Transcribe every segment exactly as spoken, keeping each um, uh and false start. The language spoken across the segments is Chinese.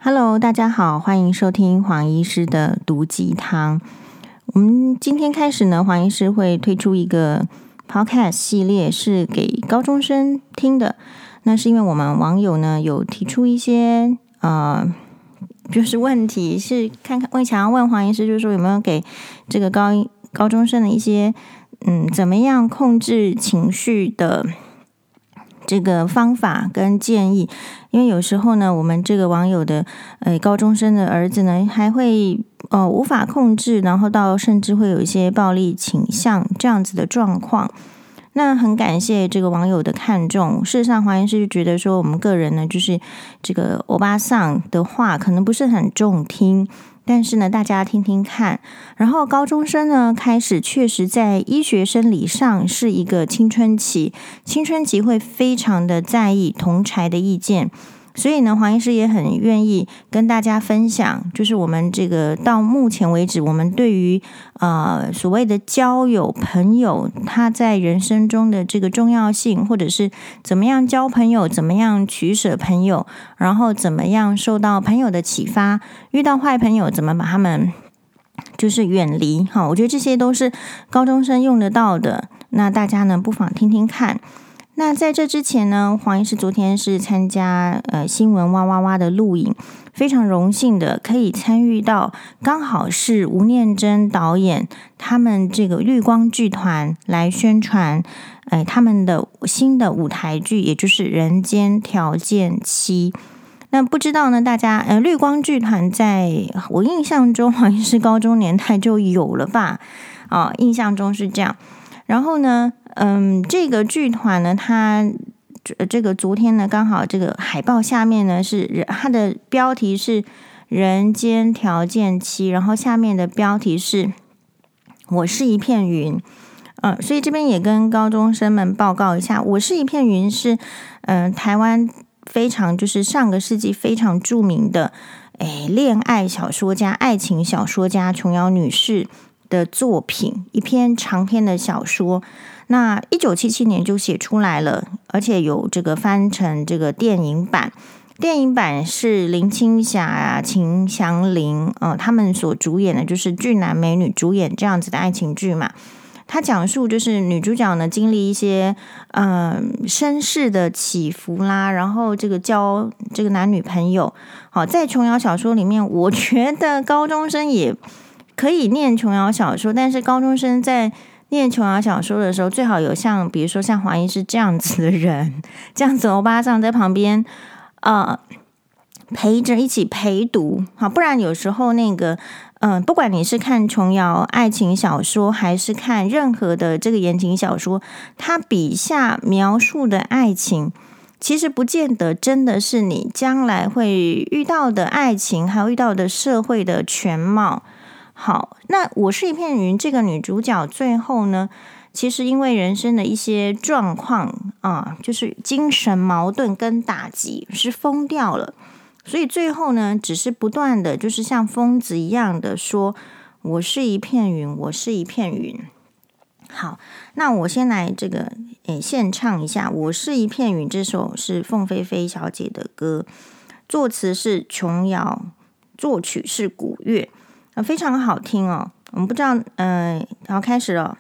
Hello， 大家好，欢迎收听黄医师的毒鸡汤。我们今天开始呢，黄医师会推出一个 podcast 系列，是给高中生听的。那是因为我们网友呢有提出一些呃，就是问题，是看看问想要问黄医师，就是说有没有给这个高高中生的一些嗯，怎么样控制情绪的这个方法跟建议。因为有时候呢，我们这个网友的呃高中生的儿子呢，还会呃无法控制，然后到甚至会有一些暴力倾向这样子的状况。那很感谢这个网友的看重。事实上，黄医师就觉得说，我们个人呢，就是这个欧巴桑的话，可能不是很中听。但是呢，大家听听看。然后高中生呢，开始确实在医学生理上是一个青春期，青春期会非常的在意同侪的意见。所以呢，黄医师也很愿意跟大家分享，就是我们这个到目前为止，我们对于呃所谓的交友朋友，他在人生中的这个重要性，或者是怎么样交朋友，怎么样取舍朋友，然后怎么样受到朋友的启发，遇到坏朋友怎么把他们就是远离。好，我觉得这些都是高中生用得到的。那大家呢，不妨听听看。那在这之前呢，黄医师昨天是参加呃新闻哇哇哇的录影，非常荣幸的可以参与到，刚好是吴念真导演他们这个绿光剧团来宣传，呃他们的新的舞台剧，也就是《人间条件七》。那不知道呢，大家呃绿光剧团在我印象中好像是高中年代就有了吧？哦，印象中是这样。然后呢，嗯，这个剧团呢，它这个昨天呢，刚好这个海报下面呢是它的标题是人间条件七，然后下面的标题是我是一片云。嗯，所以这边也跟高中生们报告一下，我是一片云是嗯、呃、台湾非常就是上个世纪非常著名的诶恋爱小说家、爱情小说家琼瑶女士的作品，一篇长篇的小说。那一九七七年就写出来了，而且有这个翻成这个电影版。电影版是林青霞啊、秦祥林呃他们所主演的，就是俊男美女主演这样子的爱情剧嘛。它讲述就是女主角呢经历一些呃身世的起伏啦，然后这个交这个男女朋友。好，在琼瑶小说里面，我觉得高中生也可以念琼瑶小说，但是高中生在念琼瑶小说的时候，最好有像比如说像黄医师这样子的人，这样子欧巴桑在旁边呃陪着一起陪读。好，不然有时候那个嗯、呃，不管你是看琼瑶爱情小说，还是看任何的这个言情小说，他笔下描述的爱情，其实不见得真的是你将来会遇到的爱情，还有遇到的社会的全貌。好，那我是一片云这个女主角最后呢，其实因为人生的一些状况啊，就是精神矛盾跟打击，是疯掉了。所以最后呢，只是不断的就是像疯子一样的说，我是一片云，我是一片云。好，那我先来这个诶献唱一下，我是一片云这首是凤飞飞小姐的歌，作词是琼瑶，作曲是古月。呃、非常好听哦。我们不知道，呃，好，开始了。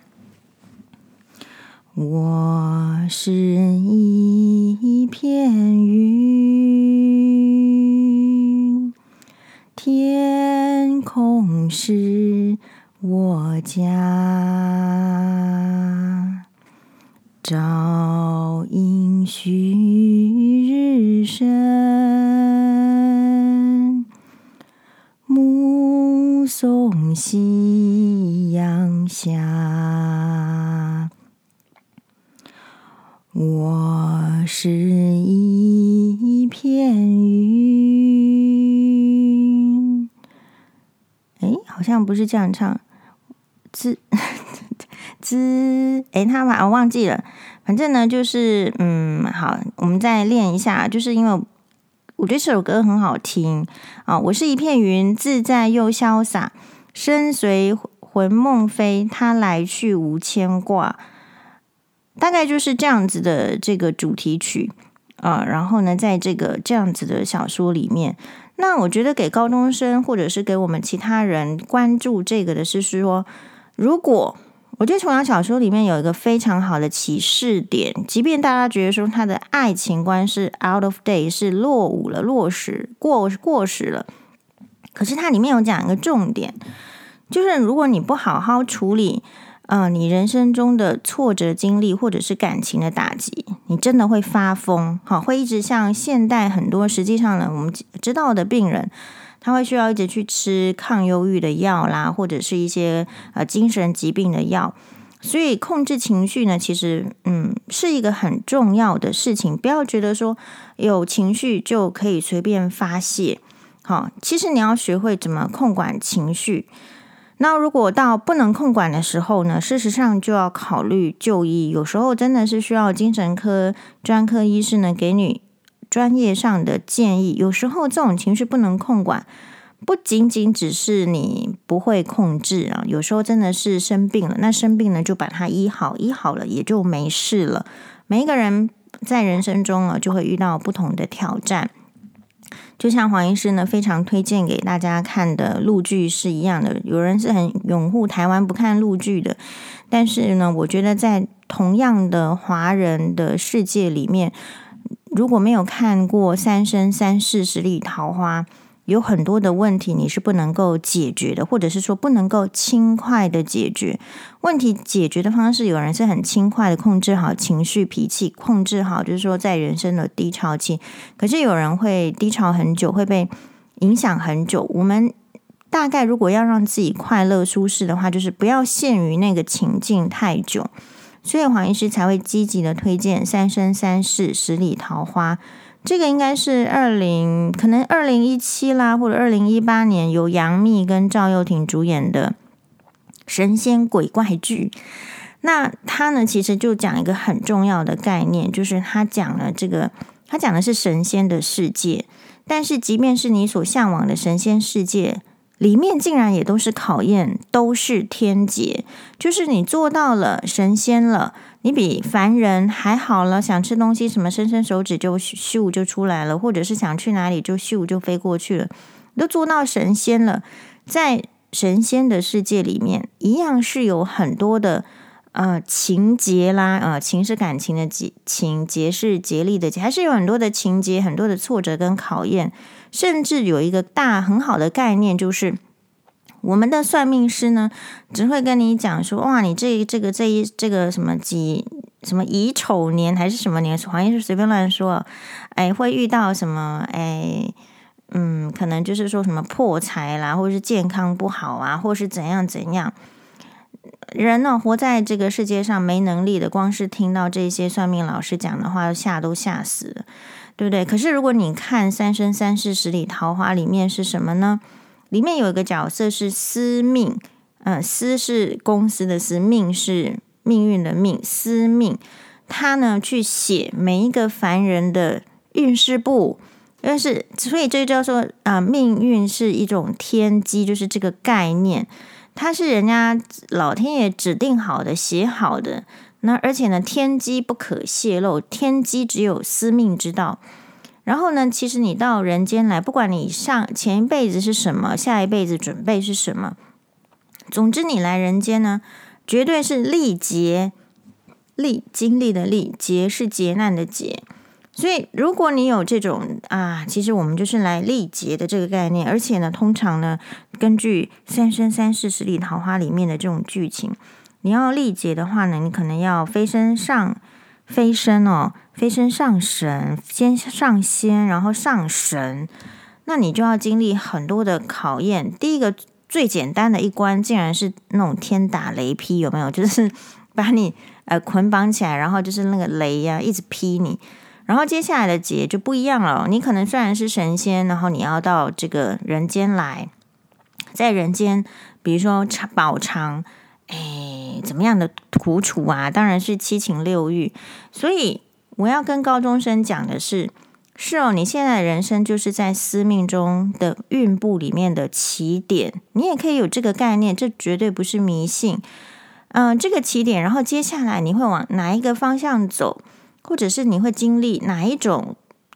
我是一片云，天空是我家，照应旭日升，目送夕阳下。我是一片云，诶，好像不是这样唱，滋滋，诶，他把我忘记了。反正呢，就是嗯，好，我们再练一下，就是因为我觉得这首歌很好听啊。我是一片云，自在又潇洒，身随魂梦飞，他来去无牵挂。大概就是这样子的这个主题曲啊、呃，然后呢，在这个这样子的小说里面， 那我觉得给高中生或者是给我们其他人关注这个的是说，如果我觉得琼瑶小说里面有一个非常好的启示点，即便大家觉得说他的爱情观是 out of date 是落伍了、落时、过过时了，可是它里面有讲一个重点，就是如果你不好好处理呃，你人生中的挫折经历或者是感情的打击，你真的会发疯，好，会一直像现代很多实际上呢我们知道的病人，他会需要一直去吃抗忧郁的药啦，或者是一些呃精神疾病的药，所以控制情绪呢，其实嗯是一个很重要的事情，不要觉得说有情绪就可以随便发泄，好，其实你要学会怎么控管情绪。那如果到不能控管的时候呢，事实上就要考虑就医，有时候真的是需要精神科专科医师呢给你专业上的建议。有时候这种情绪不能控管，不仅仅只是你不会控制啊，有时候真的是生病了，那生病了就把它医好，医好了也就没事了。每一个人在人生中啊就会遇到不同的挑战。就像黄医师呢非常推荐给大家看的陆剧是一样的，有人是很拥护台湾不看陆剧的，但是呢我觉得在同样的华人的世界里面，如果没有看过三生三世十里桃花，有很多的问题你是不能够解决的，或者是说不能够轻快的解决。问题解决的方式，有人是很轻快的控制好情绪脾气，控制好就是说在人生的低潮期，可是有人会低潮很久，会被影响很久。我们大概如果要让自己快乐舒适的话，就是不要陷于那个情境太久，所以黄医师才会积极的推荐三生三世十里桃花。这个应该是二零可能二零一七啦，或者二零一八年由杨幂跟赵又廷主演的神仙鬼怪剧。那他呢其实就讲一个很重要的概念，就是他讲了这个他讲的是神仙的世界，但是即便是你所向往的神仙世界里面竟然也都是考验，都是天劫，就是你做到了神仙了，你比凡人还好了，想吃东西什么伸伸手指就咻就出来了，或者是想去哪里就咻就飞过去了，都做到神仙了。在神仙的世界里面一样是有很多的呃情节啦，呃情是感情的情，节是竭力的节，还是有很多的情节，很多的挫折跟考验。甚至有一个大很好的概念，就是我们的算命师呢只会跟你讲说，哇你这这个这一这个什么几什么乙丑年还是什么年，好像是随便乱说，哎会遇到什么哎嗯可能就是说什么破财啦，或是健康不好啊，或是怎样怎样。人呢活在这个世界上没能力的，光是听到这些算命老师讲的话吓都吓死了，对不对？可是如果你看三生三世十里桃花里面是什么呢？里面有一个角色是司命，呃，司是公司的司，命是命运的命，司命他呢去写每一个凡人的运势簿，但是所以这就叫做啊、呃，命运是一种天机，就是这个概念，它是人家老天爷指定好的，写好的。那而且呢，天机不可泄露，天机只有司命知道。然后呢，其实你到人间来，不管你上前一辈子是什么，下一辈子准备是什么，总之你来人间呢，绝对是历劫，历经历的历，劫是劫难的劫。所以如果你有这种啊，其实我们就是来历劫的这个概念，而且呢，通常呢，根据三生三世十里桃花里面的这种剧情，你要历劫的话呢，你可能要飞升上飞升哦，飞升上神，先上仙，然后上神，那你就要经历很多的考验。第一个最简单的一关，竟然是那种天打雷劈，有没有？就是把你呃捆绑起来，然后就是那个雷呀、啊、一直劈你。然后接下来的劫就不一样了，你可能虽然是神仙，然后你要到这个人间来，在人间，比如说饱尝。哎，怎么样的苦楚啊？当然是七情六欲。所以我要跟高中生讲的是，是哦，你现在的人生就是在司命中的运部里面的起点，你也可以有这个概念，这绝对不是迷信。嗯、呃，这个起点，然后接下来你会往哪一个方向走，或者是你会经历哪一种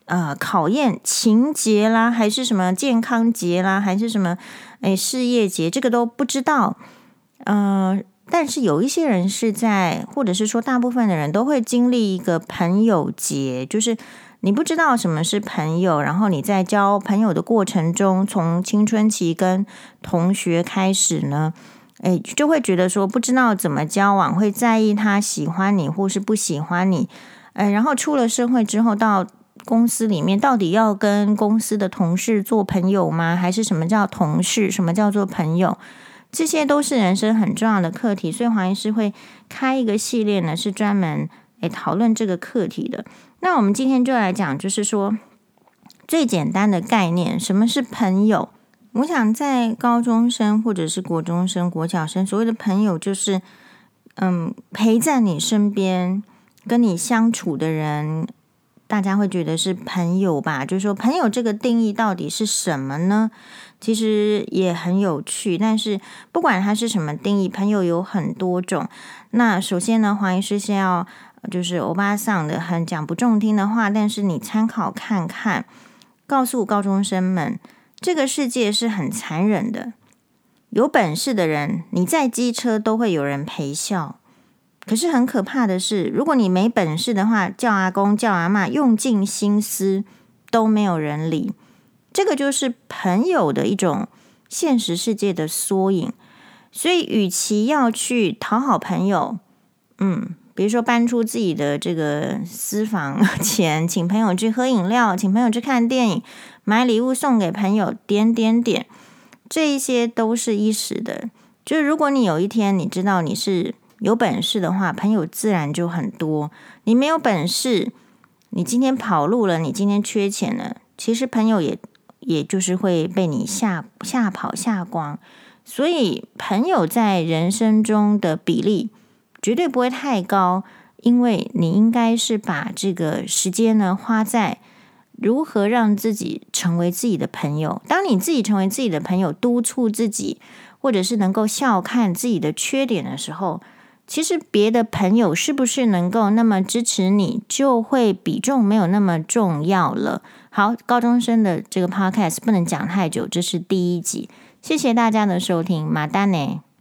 呃考验情节啦，还是什么健康节啦，还是什么诶事业节，这个都不知道。呃，但是有一些人是在，或者是说大部分的人都会经历一个朋友节，就是你不知道什么是朋友，然后你在交朋友的过程中，从青春期跟同学开始呢，诶，就会觉得说不知道怎么交往，会在意他喜欢你或是不喜欢你。诶，然后出了社会之后，到公司里面到底要跟公司的同事做朋友吗？还是什么叫同事？什么叫做朋友？这些都是人生很重要的课题，所以黄医师会开一个系列呢，是专门诶讨论这个课题的。那我们今天就来讲，就是说最简单的概念，什么是朋友？我想在高中生或者是国中生、国小生，所谓的朋友就是嗯陪在你身边跟你相处的人，大家会觉得是朋友吧？就是说朋友这个定义到底是什么呢？其实也很有趣，但是不管它是什么定义，朋友有很多种。那首先呢，黄医师先要就是欧巴桑的很讲不中听的话，但是你参考看看，告诉高中生们，这个世界是很残忍的。有本事的人，你在机车都会有人陪笑。可是很可怕的是，如果你没本事的话，叫阿公叫阿嬷，用尽心思都没有人理。这个就是朋友的一种现实世界的缩影。所以与其要去讨好朋友，嗯，比如说搬出自己的这个私房钱，请朋友去喝饮料，请朋友去看电影，买礼物送给朋友，点点点，这一些都是一时的。就是如果你有一天你知道你是有本事的话，朋友自然就很多。你没有本事，你今天跑路了，你今天缺钱了，其实朋友也也就是会被你吓吓跑吓光。所以朋友在人生中的比例绝对不会太高，因为你应该是把这个时间呢花在如何让自己成为自己的朋友。当你自己成为自己的朋友，督促自己，或者是能够笑看自己的缺点的时候，其实别的朋友是不是能够那么支持你，就会比重没有那么重要了。好，高中生的这个 podcast 不能讲太久，这是第一集，谢谢大家的收听，马丹呢。